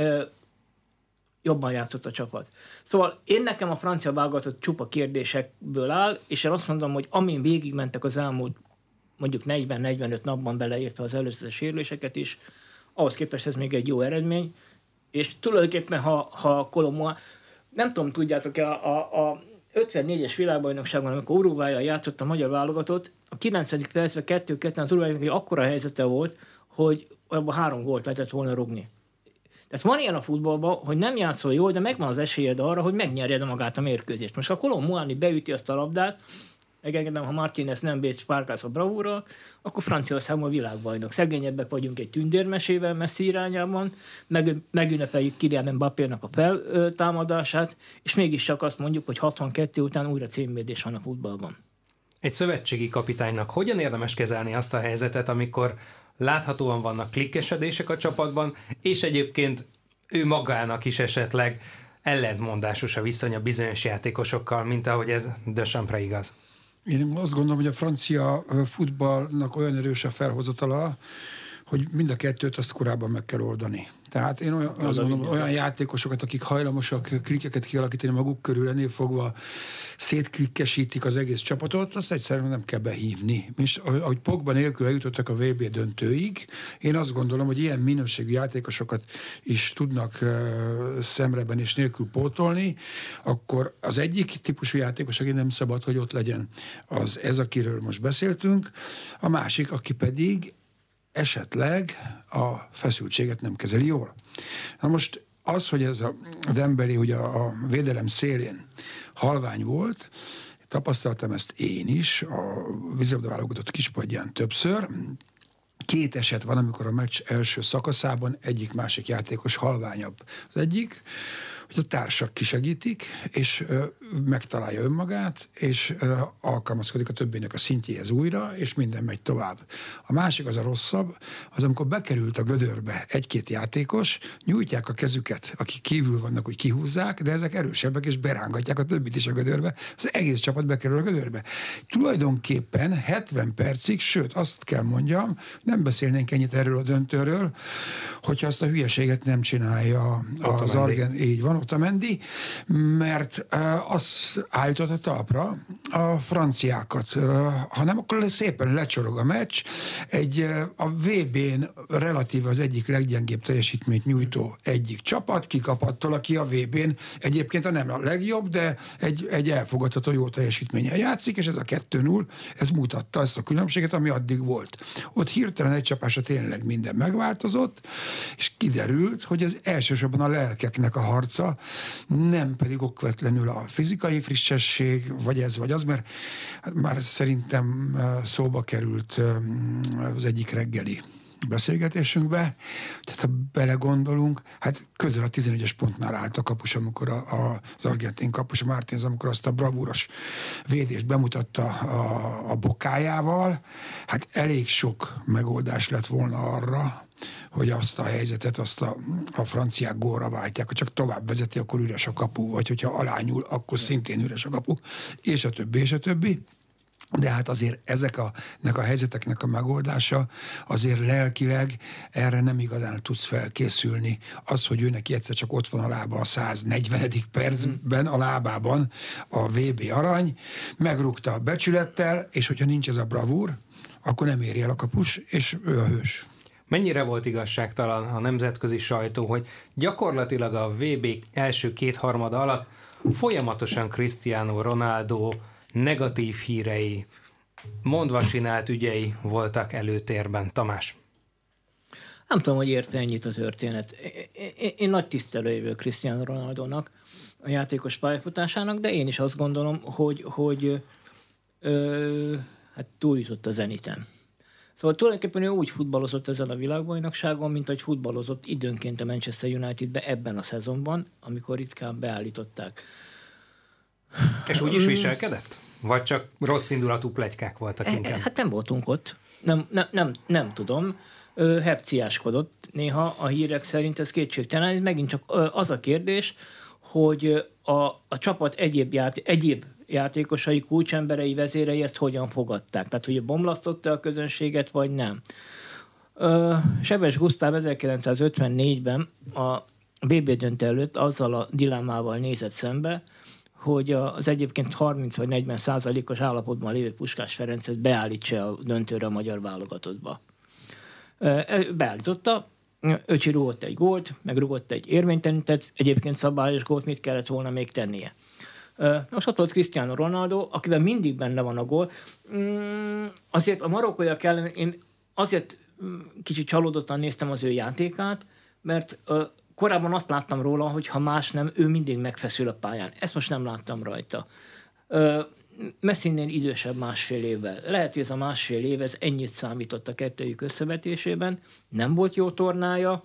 jobban játszott a csapat. Szóval én nekem a francia válogatott csupa kérdésekből áll, és én azt mondom, hogy amin végigmentek az elmúlt mondjuk negyven-negyvenöt napban beleértve az előzetes sérüléseket is, ahhoz képest ez még egy jó eredmény, és tulajdonképpen ha, ha Colomboa, nem tudom, tudjátok-e, a, a, a ötvennégyes világbajnokságban, amikor Uruguayyal játszott a magyar válogatott, a kilencedik percben kettő-ketten az Uruguaynak egy akkora helyzete volt, hogy abban három gólt lehetett volna rugni. Tehát van ilyen a futballban, hogy nem játszol jól, de megvan az esélyed arra, hogy megnyerjed magát a mérkőzést. Most ha Colombo Muani beüti azt a labdát, megengedem, ha Martínez nem bírt spárkálsz a bravúrral, akkor Franciaország a világbajnok. Szegényebbek vagyunk egy tündérmesével Messi irányában, meg, megünnepeljük Kylian Mbappénak a feltámadását, és mégiscsak azt mondjuk, hogy hatvankettő után újra címvédés van a futballban. Egy szövetségi kapitánynak hogyan érdemes kezelni azt a helyzetet, amikor láthatóan vannak klikkesedések a csapatban, és egyébként ő magának is esetleg ellentmondásos a viszonya bizonyos játékosokkal, mint ahogy ez Dechampsra igaz? Én azt gondolom, hogy a francia futballnak olyan erős a felhozatala, hogy mind a kettőt azt korábban meg kell oldani. Tehát én olyan, azt gondolom, olyan játékosokat, akik hajlamosak klikkeket kialakítani maguk körül, ennél fogva szétklikkesítik az egész csapatot, azt egyszerűen nem kell behívni. És ahogy Pogba nélkül eljutottak a vé bé döntőig, én azt gondolom, hogy ilyen minőségű játékosokat is tudnak uh, szemreben és nélkül pótolni, akkor az egyik típusú játékos, aki nem szabad, hogy ott legyen, az ez, akiről most beszéltünk, a másik, aki pedig esetleg a feszültséget nem kezeli jól. Na most az, hogy ez a Dembélé ugye a védelem szélén halvány volt, tapasztaltam ezt én is, a vízilabda válogatott kispadján többször. Két eset van, amikor a meccs első szakaszában egyik-másik játékos halványabb. Az egyik, hogy a társak kisegítik, és ö, megtalálja önmagát, és ö, alkalmazkodik a többinek a szintjéhez újra, és minden megy tovább. A másik, az a rosszabb, az amikor bekerült a gödörbe egy-két játékos, nyújtják a kezüket, akik kívül vannak, hogy kihúzzák, de ezek erősebbek, és berángatják a többit is a gödörbe. Az egész csapat bekerül a gödörbe. Tulajdonképpen hetven percig, sőt, azt kell mondjam, nem beszélnénk ennyit erről a döntőről, hogyha azt a hülyeséget nem csinálja az Argent, így van, Otamendi, mert uh, az állított a talpra a franciákat. Uh, ha nem, akkor szépen lecsorog a meccs. Egy uh, a vé bén relatív az egyik leggyengébb teljesítményt nyújtó egyik csapat kikap attól, aki a vé bén egyébként a nem a legjobb, de egy, egy elfogadható jó teljesítménnyel játszik, és ez a kettő null, ez mutatta ezt a különbséget, ami addig volt. Ott hirtelen egy csapásra tényleg minden megváltozott, és kiderült, hogy ez elsősorban a lelkeknek a harca, nem pedig okvetlenül a fizikai frissesség, vagy ez, vagy az, mert már szerintem szóba került az egyik reggeli beszélgetésünkbe, tehát ha belegondolunk, hát közel a tizenegyes pontnál állt a kapus, amikor a, a, az argentin kapus, a Martínez, amikor azt a bravúros védést bemutatta a, a bokájával, hát elég sok megoldás lett volna arra, hogy azt a helyzetet, azt a, a franciák gólra váltják, hogy csak tovább vezeti, akkor üres a kapu, vagy hogyha alányul, akkor szintén üres a kapu, és a többi, és a többi. De hát azért ezek a, a helyzeteknek a megoldása azért lelkileg erre nem igazán tudsz felkészülni. Az, hogy ő neki egyszer csak ott van a lába a száznegyvenedik percben a lábában a vé bé arany, megrúgta a becsülettel, és hogyha nincs ez a bravúr, akkor nem éri el a kapus, és ő a hős. Mennyire volt igazságtalan a nemzetközi sajtó, hogy gyakorlatilag a vé bé első kétharmada alatt folyamatosan Cristiano Ronaldo negatív hírei, mondva csinált ügyei voltak előtérben. Tamás? Nem tudom, hogy érte ennyit a történet. Én, én nagy tisztelője vagyok Cristiano Ronaldónak, a játékos pályafutásának, de én is azt gondolom, hogy, hogy ö, hát túljutott a Zeniten. Szóval tulajdonképpen ő úgy futballozott ezen a világbajnokságon, mint ahogy futballozott időnként a Manchester Unitedbe ebben a szezonban, amikor ritkán beállították. És úgy is viselkedett? Vagy csak rossz indulatú pletykák voltak inkább? Hát nem voltunk ott. Nem, nem, nem, nem tudom. Hepciáskodott néha a hírek szerint, ez kétségtelen. Megint csak az a kérdés, hogy a, a csapat egyéb, játé, egyéb játékosai, kulcsemberei, vezérei ezt hogyan fogadták. Tehát, hogy bomlasztotta a közönséget, vagy nem. Sebestyén Gusztáv ezerkilencszázötvennégyben a bé bé döntő előtt azzal a dilemmával nézett szembe, hogy az egyébként harminc vagy negyven százalékos állapotban lévő Puskás Ferencet beállítsa a döntőre a magyar válogatottba. Beállította, Öcsi rúgott egy gólt, meg rúgott egy érvénytelenítet, egyébként szabályos gólt mit kellett volna még tennie. Most ott volt Cristiano Ronaldo, akiben mindig benne van a gól. Azért a marokkóiak ellen én azért kicsit csalódottan néztem az ő játékát, mert korábban azt láttam róla, hogy ha más nem, ő mindig megfeszül a pályán. Ezt most nem láttam rajta. Messinél idősebb másfél évvel. Lehet, hogy ez a másfél év, ez ennyit számított a kettőjük összevetésében. Nem volt jó tornája.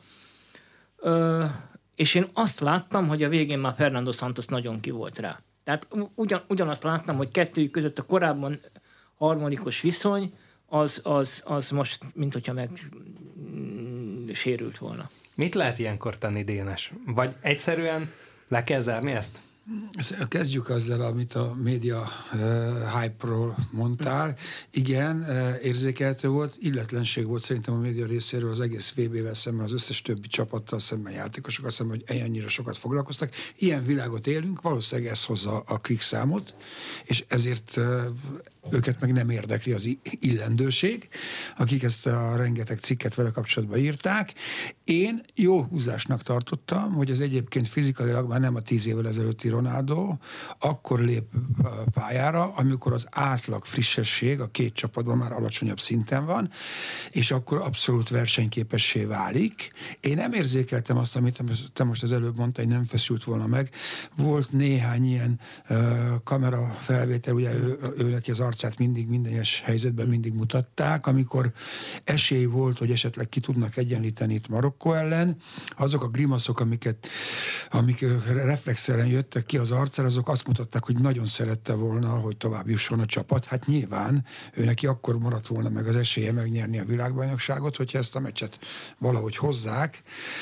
És én azt láttam, hogy a végén már Fernando Santos nagyon ki volt rá. Tehát ugyan, ugyanazt láttam, hogy kettőjük között a korábban harmonikus viszony, az, az, az most, mint hogyha meg sérült volna. Mit lehet ilyenkor tenni, Dénes? Vagy egyszerűen le kell zárni ezt? Kezdjük azzal, amit a média uh, hype-ról mondtál. Igen, uh, érzékelhető volt, illetlenség volt szerintem a média részéről az egész vé bével szemben, az összes többi csapattal szemben, játékosokkal szemben, hogy ennyire sokat foglalkoztak. Ilyen világot élünk, valószínűleg ez hozza a klik számot, és ezért uh, őket meg nem érdekli az illendőség, akik ezt a rengeteg cikket vele kapcsolatban írták. Én jó húzásnak tartottam, hogy az egyébként fizikailag már nem a tíz évvel ezelőtti Ronaldo, akkor lép pályára, amikor az átlag frissesség a két csapatban már alacsonyabb szinten van, és akkor abszolút versenyképessé válik. Én nem érzékeltem azt, amit te most az előbb mondtál, hogy nem feszült volna meg. Volt néhány ilyen uh, kamera felvétel, ugye ő, ő neki az arcát mindig, minden egyes helyzetben mindig mutatták, amikor esély volt, hogy esetleg ki tudnak egyenlíteni itt Marokkó ellen. Azok a grimaszok, amiket, amik reflexzeren jöttek ki az arcára, azok azt mutatták, hogy nagyon szerette volna, hogy tovább jusson a csapat. Hát nyilván ő neki akkor maradt volna meg az esélye megnyerni a világbajnokságot, hogyha ezt a meccset valahogy hozzák.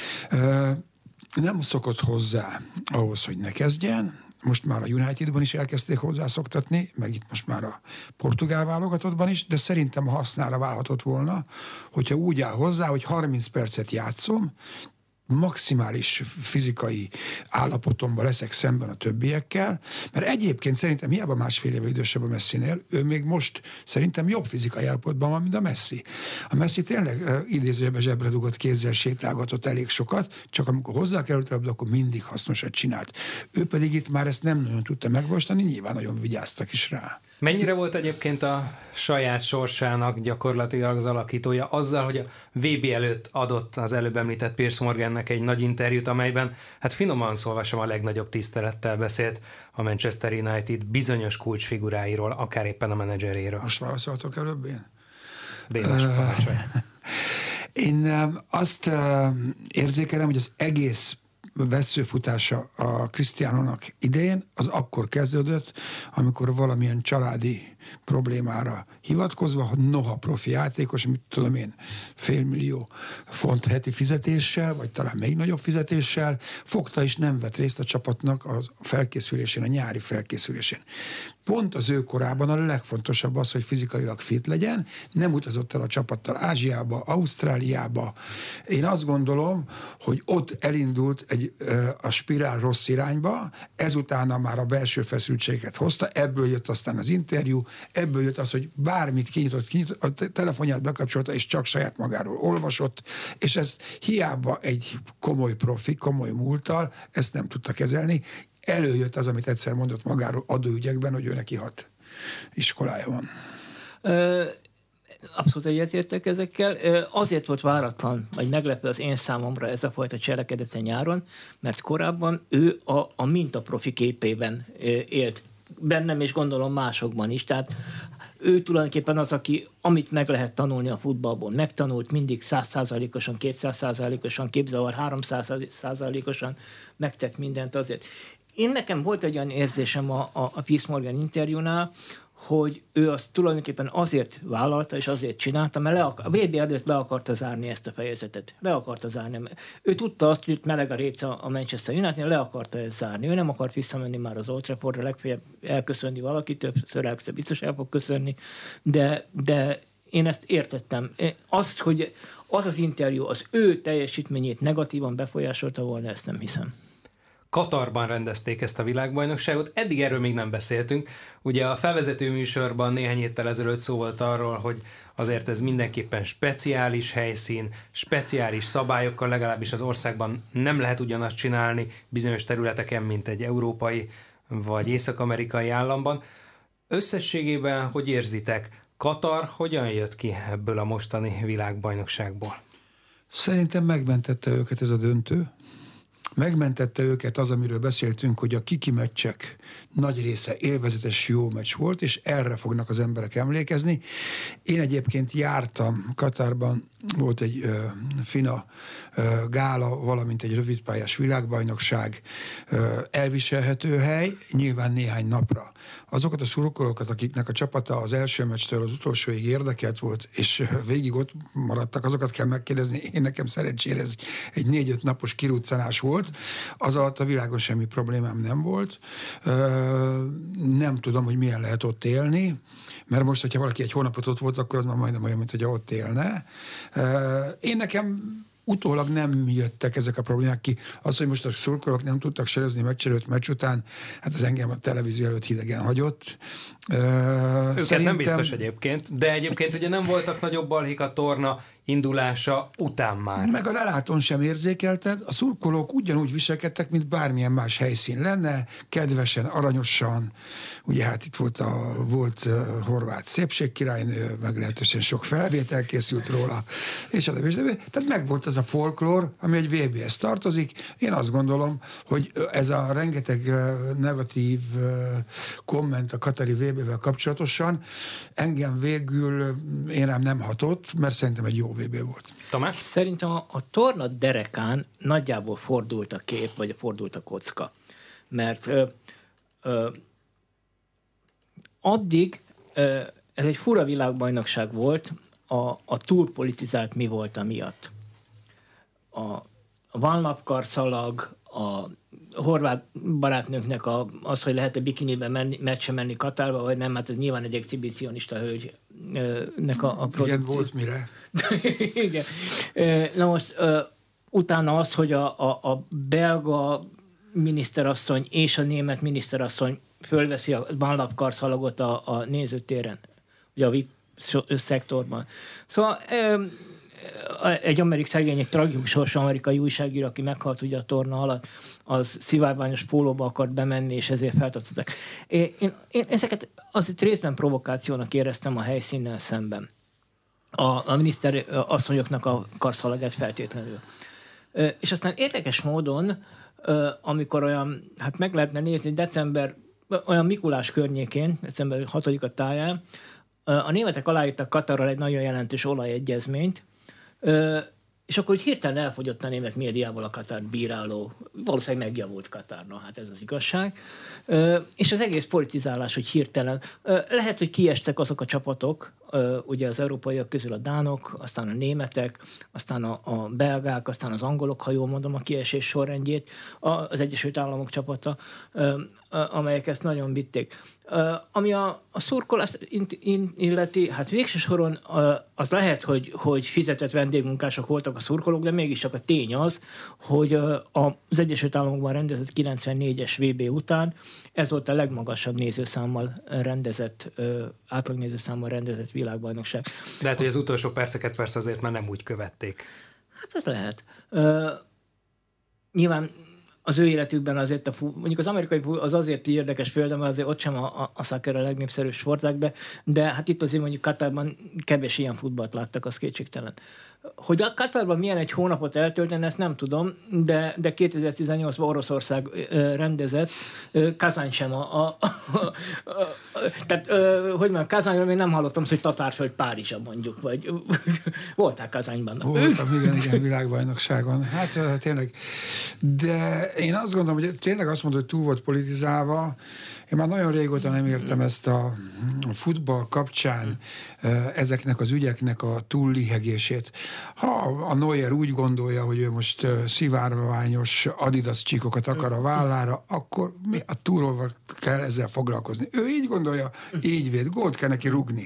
Nem szokott hozzá ahhoz, hogy ne kezdjen. Most már a Unitedban is elkezdték hozzászoktatni, meg itt most már a portugál válogatottban is, de szerintem hasznára válhatott volna, hogyha úgy áll hozzá, hogy harminc percet játszom, maximális fizikai állapotomban leszek szemben a többiekkel, mert egyébként szerintem hiába másfél éve idősebb a Messinél, ő még most szerintem jobb fizikai állapotban van, mint a Messi. A Messi tényleg uh, idézőjebe zsebre dugott kézzel sétálgatott elég sokat, csak amikor hozzá került a labda, akkor mindig hasznosat csinált. Ő pedig itt már ezt nem nagyon tudta megvalósítani, nyilván nagyon vigyáztak is rá. Mennyire volt egyébként a saját sorsának gyakorlatilag az alakítója azzal, hogy a vé bé előtt adott az előbb említett Piers Morgannek egy nagy interjút, amelyben hát finoman szólva sem a legnagyobb tisztelettel beszélt a Manchester United bizonyos kulcsfiguráiról, akár éppen a menedzseréről. Most válaszoltok előbb én? Dénes parancsolj. Én azt érzékelem, hogy az egész vesszőfutása a Cristianónak idején, az akkor kezdődött, amikor valamilyen családi problémára hivatkozva, hogy noha profi játékos, mit tudom én, félmillió font heti fizetéssel, vagy talán még nagyobb fizetéssel, fogta és nem vett részt a csapatnak a felkészülésén, a nyári felkészülésén. Pont az ő korában a legfontosabb az, hogy fizikailag fit legyen, nem utazott el a csapattal Ázsiába, Ausztráliába. Én azt gondolom, hogy ott elindult egy, a spirál rossz irányba, ezután már a belső feszültséget hozta, ebből jött aztán az interjú, ebből jött az, hogy bármit kinyitott, kinyitott, a telefonját bekapcsolta, és csak saját magáról olvasott, és ezt hiába egy komoly profi, komoly múlttal, ezt nem tudta kezelni. Előjött az, amit egyszer mondott magáról adóügyekben, hogy ő neki hat iskolája van. Ö, abszolút egyetértek ezekkel. Ö, azért volt váratlan, vagy meglepő az én számomra ez a fajta cselekedete nyáron, mert korábban ő a, a mintaprofi képében élt bennem, és gondolom másokban is. Tehát ő tulajdonképpen az, aki amit meg lehet tanulni a futballból, megtanult mindig száz százalékosan, kétszáz százalékosan, képzavar háromszáz százalékosan megtett mindent azért. Én nekem volt egy olyan érzésem a, a, a Piers Morgan interjúnál, hogy ő azt tulajdonképpen azért vállalta, és azért csinálta, mert le akar, a vé bé előtt le akarta zárni ezt a fejezetet. Le akarta zárni. Ő tudta azt, hogy meleg a réc a Manchester United, le akarta ezt zárni. Ő nem akart visszamenni már az Old Traffordra, legfeljebb elköszönni valaki, többször elköszön, biztos el fog köszönni, de, de én ezt értettem. Azt, hogy az az interjú az ő teljesítményét negatívan befolyásolta volna, ezt nem hiszem. Katarban rendezték ezt a világbajnokságot, eddig erről még nem beszéltünk. Ugye a felvezető műsorban néhány héttel ezelőtt szó volt arról, hogy azért ez mindenképpen speciális helyszín, speciális szabályokkal, legalábbis az országban nem lehet ugyanazt csinálni bizonyos területeken, mint egy európai vagy észak-amerikai államban. Összességében hogy érzitek, Katar hogyan jött ki ebből a mostani világbajnokságból? Szerintem megmentette őket ez a döntő. Megmentette őket az, amiről beszéltünk, hogy a kiki meccsek nagy része élvezetes jó meccs volt, és erre fognak az emberek emlékezni. Én egyébként jártam Katarban, volt egy ö, fina ö, gála, valamint egy rövidpályás világbajnokság, ö, elviselhető hely, nyilván néhány napra. Azokat a szurkolókat, akiknek a csapata az első meccstől az utolsóig érdekelt volt, és végig ott maradtak, azokat kell megkérdezni. Én nekem szerencsére ez egy négy-öt napos kiruccanás volt, az alatt a világon semmi problémám nem volt. Ö, nem tudom, hogy milyen lehet ott élni, mert most, hogyha valaki egy hónapot ott volt, akkor az már majdnem olyan, mint hogy ott élne. Én nekem utólag nem jöttek ezek a problémák ki. Az, hogy most a szurkolók nem tudtak serezni meccs előtt, meccs után, hát az engem a televízió előtt hidegen hagyott. Uh, Őket Szerintem... nem biztos egyébként, de egyébként ugye nem voltak nagyobb balhék a torna indulása után már. Meg a lelátón sem érzékelted, a szurkolók ugyanúgy viselkedtek, mint bármilyen más helyszín lenne, kedvesen, aranyosan. Ugye hát itt volt a volt uh, horvát szépségkirálynő, meglehetősen sok felvétel készült róla, és a és tehát meg volt ez a folklór, ami egy vé béhez tartozik. Én azt gondolom, hogy ez a rengeteg uh, negatív uh, komment a katari vé bével kapcsolatosan engem végül én rám nem hatott, mert szerintem egy jó vé bé volt. Tamás? Szerintem a, a torna derekán nagyjából fordult a kép, vagy fordult a kocka. Mert ö, ö, addig ö, ez egy fura világbajnokság volt, a, a túlpolitizált mi volt a miatt. A, a válnapkarszalag, a horvát barátnőknek a, az, hogy lehet-e bikiniben menni, meccse menni Katárba, vagy nem, hát ez nyilván egy exhibicionista hölgynek a, a produkció. Igen, volt mire. Igen. Na most utána az, hogy a, a, a belga miniszterasszony és a német miniszterasszony fölveszi a válnapkarszalagot a, a nézőtéren, ugye a vé i pé szektorban. Szóval egy amerikai szegény, egy tragikus sorsú amerikai újságíró, aki meghalt ugye a torna alatt, az szivárványos pólóba akart bemenni, és ezért feltartották. Én, én, én ezeket azért részben provokációnak éreztem a helyszínnel szemben. A, a miniszter asszonyoknak a karszalagát feltétlenül. És aztán érdekes módon, amikor olyan, hát meg lehetne nézni december, olyan Mikulás környékén, december hatodika táján, a németek aláírtak Katarral egy nagyon jelentős olajegyezményt, és akkor úgy hirtelen elfogyott a német médiából a Katárt bíráló, valószínűleg megjavult Katár, na hát ez az igazság. És az egész politizálás, hogy hirtelen, lehet, hogy kiestek azok a csapatok, ugye az európaiak közül a dánok, aztán a németek, aztán a, a belgák, aztán az angolok, ha jól mondom a kiesés sorrendjét, az Egyesült Államok csapata, amelyek ezt nagyon vitték. Ami a, a szurkolást illeti, hát végső soron az lehet, hogy, hogy fizetett vendégmunkások voltak a szurkolók, de mégiscsak a tény az, hogy az Egyesült Államokban rendezett kilencvennégyes vé bé után ez volt a legmagasabb nézőszámmal rendezett, átlagnézőszámmal rendezett világbajnokság. De hát, hogy az utolsó perceket persze azért már nem úgy követték. Hát ez lehet. Uh, nyilván az ő életükben azért, a, mondjuk az amerikai az azért érdekes példa, mert azért ott sem a, a, a soccer a legnépszerűbb sportág, de, de hát itt azért mondjuk Katárban kevés ilyen futballt láttak, az kétségtelen. Hogy a Katárban milyen egy hónapot eltölteni, ezt nem tudom, de, de kétezer-tizennyolcban Oroszország rendezett, Kazán sem a... a, a, a tehát, hogy mondjam, Kazánról még nem hallottam, hogy Tatárföld Párizsa mondjuk, vagy voltál Kazányban? Voltam, igen, igen, világbajnokságon. Hát tényleg. De én azt gondolom, hogy tényleg azt mondod, hogy túl volt politizálva. Én már nagyon régóta nem értem ezt a futball kapcsán ezeknek az ügyeknek a túllihegését. Ha a Neuer úgy gondolja, hogy ő most szivárványos Adidas csíkokat akar a vállára, akkor mi a túlról kell ezzel foglalkozni. Ő így gondolja, így véd, gólt kell neki rugni.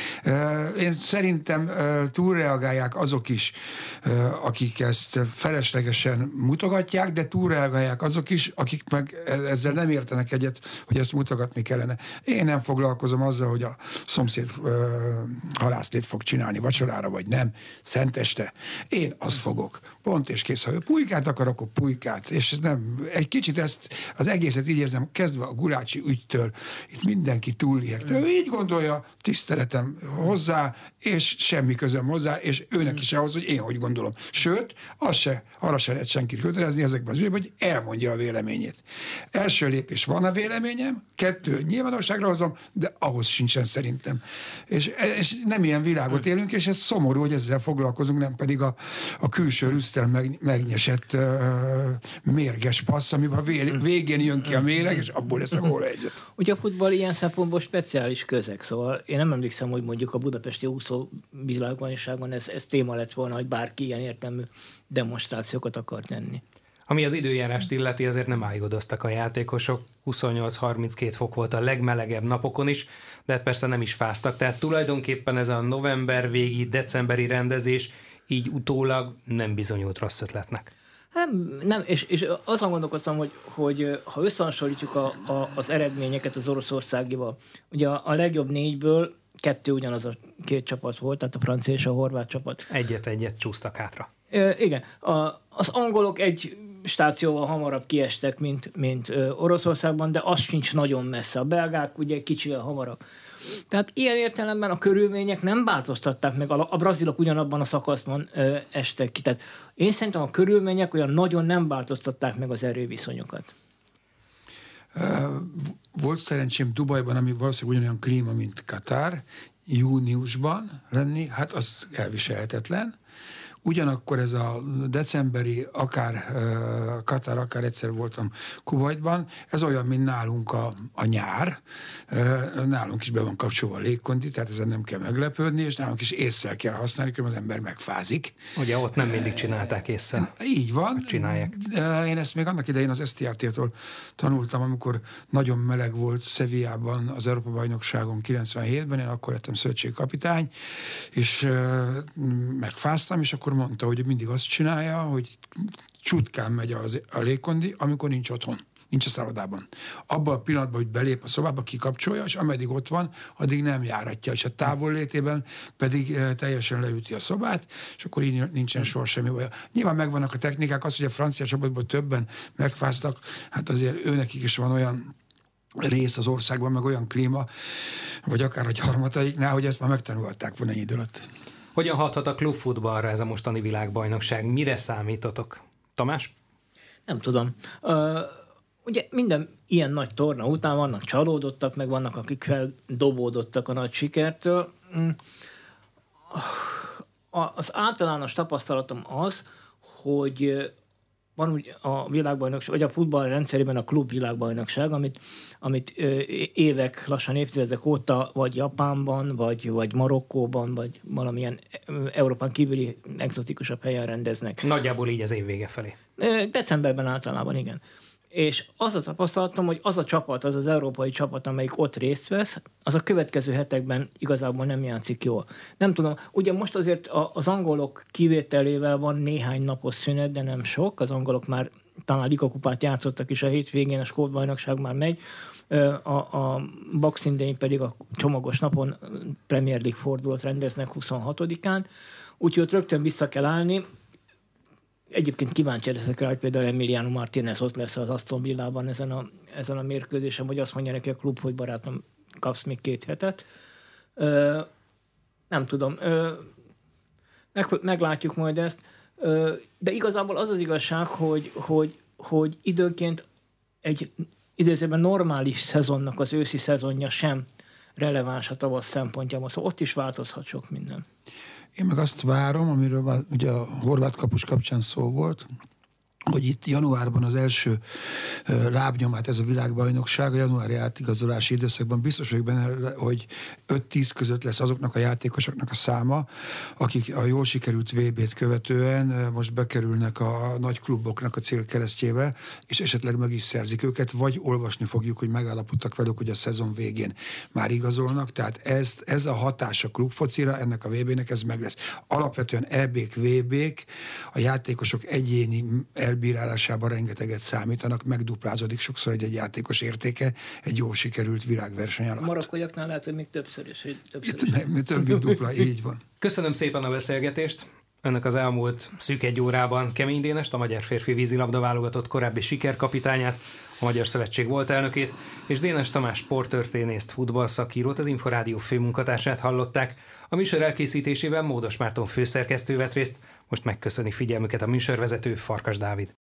Én szerintem túlreagálják azok is, akik ezt feleslegesen mutogatják, de túlreagálják azok is, akik meg ezzel nem értenek egyet, hogy ezt mutogatni kellene. Én nem foglalkozom azzal, hogy a szomszéd halászlét fog csinálni vacsorára, vagy nem, szenteste. Én azt fogok. Pont és kész. Ha ő pulykát akar, akkor pulykát. És nem, egy kicsit ezt, az egészet így érzem, kezdve a Gulácsi ügytől, itt mindenki túlliegt. Ő így gondolja, tiszteletem hozzá, és semmi közöm hozzá, és őnek is ahhoz, hogy én hogy gondolom. Sőt, az se, arra se lehet senkit kötelezni ezekben az ügyekben, hogy elmondja a véleményét. Első lépés, van a véleményem, kettő, nyilvánosságra hozom, de ahhoz sincsen szerintem. És, és nem ilyen világot élünk, és ez szomorú, hogy ezzel foglalkozunk, nem pedig a, a külső rüsztel meg, megnyesett uh, mérges passz, amiben a végén jön ki a méreg, és abból lesz a gólhelyzet. Ugye a futball ilyen szempontból speciális közeg, szóval én nem emlékszem, hogy mondjuk a budapesti úszó világbajnokságon ez, ez téma lett volna, hogy bárki ilyen értelmű demonstrációkat akar tenni. Ami az időjárást illeti, azért nem ájgodoztak a játékosok. huszonnyolc-harminckét fok volt a legmelegebb napokon is, de persze nem is fáztak. Tehát tulajdonképpen ez a november végi, decemberi rendezés így utólag nem bizonyult rossz ötletnek. Nem, nem és, és azon gondolkoztam, hogy, hogy ha összehasonlítjuk a, a, az eredményeket az Oroszországival, ugye a, a legjobb négyből kettő ugyanaz a két csapat volt, tehát a francia és a horvát csapat. Egyet-egyet csúsztak hátra. E, igen. A, az angolok egy stációval hamarabb kiestek, mint, mint Oroszországban, de az sincs nagyon messze. A belgák ugye kicsivel hamarabb. Tehát ilyen értelemben a körülmények nem változtatták meg, a, a brazilok ugyanabban a szakaszban ö, estek ki. Tehát én szerintem a körülmények olyan nagyon nem változtatták meg az erőviszonyokat. Volt szerencsém Dubajban, ami valószínűleg ugyanolyan klíma, mint Katár, júniusban lenni, hát az elviselhetetlen. Ugyanakkor ez a decemberi, akár uh, Katár, akár egyszer voltam Kuwaitban, ez olyan, mint nálunk a, a nyár. Uh, nálunk is be van kapcsolva a légkondi, tehát ezen nem kell meglepődni, és nálunk is ésszel kell használni, mert az ember megfázik. Ugye ott nem mindig csinálták ésszel. Uh, így van. Csinálják. Uh, én ezt még annak idején az es té er té-től tanultam, amikor nagyon meleg volt Sevillában az Európa-bajnokságon kilencvenhétben, én akkor lettem szövetségkapitány, és uh, megfáztam, és akkor mondta, hogy mindig azt csinálja, hogy csutkán megy az, a légkondi, amikor nincs otthon, nincs a szállodában. Abban a pillanatban, hogy belép a szobába, kikapcsolja, és ameddig ott van, addig nem járatja, és a távollétében pedig e, teljesen leüti a szobát, és akkor így nincsen sor semmi baj. Nyilván megvannak a technikák, az, hogy a francia csapatban többen megfáztak, hát azért őnekik is van olyan rész az országban, meg olyan klíma, vagy akár a gyarmataiknál, hogy ezt már megtanulták volna ennyi idő alatt. Hogyan hathat a klubfutballra ez a mostani világbajnokság? Mire számítotok? Tamás? Nem tudom. Uh, ugye minden ilyen nagy torna után vannak csalódottak, meg vannak, akik feldobódottak a nagy sikertől. Az általános tapasztalatom az, hogy van úgy a világbajnokság, vagy a futball rendszerében a klub világbajnokság, amit, amit évek, lassan évtizedek óta vagy Japánban, vagy, vagy Marokkóban, vagy valamilyen Európán kívüli egzotikusabb helyen rendeznek. Nagyjából így az év vége felé. Decemberben általában, igen. És az a tapasztalatom, hogy az a csapat, az az európai csapat, amelyik ott részt vesz, az a következő hetekben igazából nem játszik jól. Nem tudom, ugye most azért az angolok kivételével van néhány napos szünet, de nem sok. Az angolok már talán ligakupát játszottak is a hétvégén, a skót bajnokság már megy. A, a Boxing Day pedig a csomagos napon Premier League fordulat rendeznek huszonhatodikán, úgyhogy ott rögtön vissza kell állni. Egyébként kíváncsi leszek rá, hogy például Emiliano Martínez ott lesz az Aston Villában ezen a, ezen a mérkőzésen, vagy azt mondja neki a klub, hogy barátom, kapsz még két hetet. Ö, nem tudom. Ö, meg, meglátjuk majd ezt. Ö, de igazából az az igazság, hogy, hogy, hogy időnként egy idézőben normális szezonnak az őszi szezonja sem releváns a tavasz szempontjából. Szóval ott is változhat sok minden. Én meg azt várom, amiről ugye a horvát kapus kapcsán szó volt, hogy itt januárban az első lábnyomát ez a világbajnokság, a januári átigazolási időszakban biztos vagyok benne, hogy öt-tíz között lesz azoknak a játékosoknak a száma, akik a jól sikerült vé bét követően most bekerülnek a nagy kluboknak a célkeresztjébe, és esetleg meg is szerzik őket, vagy olvasni fogjuk, hogy megállapodtak velük, hogy a szezon végén már igazolnak, tehát ez, ez a hatás a klubfocira, ennek a vé bének ez meg lesz. Alapvetően é bék, vé bék, a játékosok egyéni elbírálásában rengeteget számítanak, megduplázódik sokszor egy, egy játékos értéke egy jól sikerült világverseny alatt. A marokkóiaknál lehet, hogy még többször is. Többször is. Itt, több, mint dupla, így van. Köszönöm szépen a beszélgetést. Önnek az elmúlt szűk egy órában Kemény Dénest, a magyar férfi vízilabda válogatott korábbi sikerkapitányát, a Magyar Szövetség volt elnökét, és Dénes Tamás sporttörténészt, futballszakírót, az Inforádió főmunkatársát hallották. A műsor elkészítésében Módos Márton főszerkesztő vett részt, most megköszöni figyelmüket a műsorvezető, Farkas Dávid.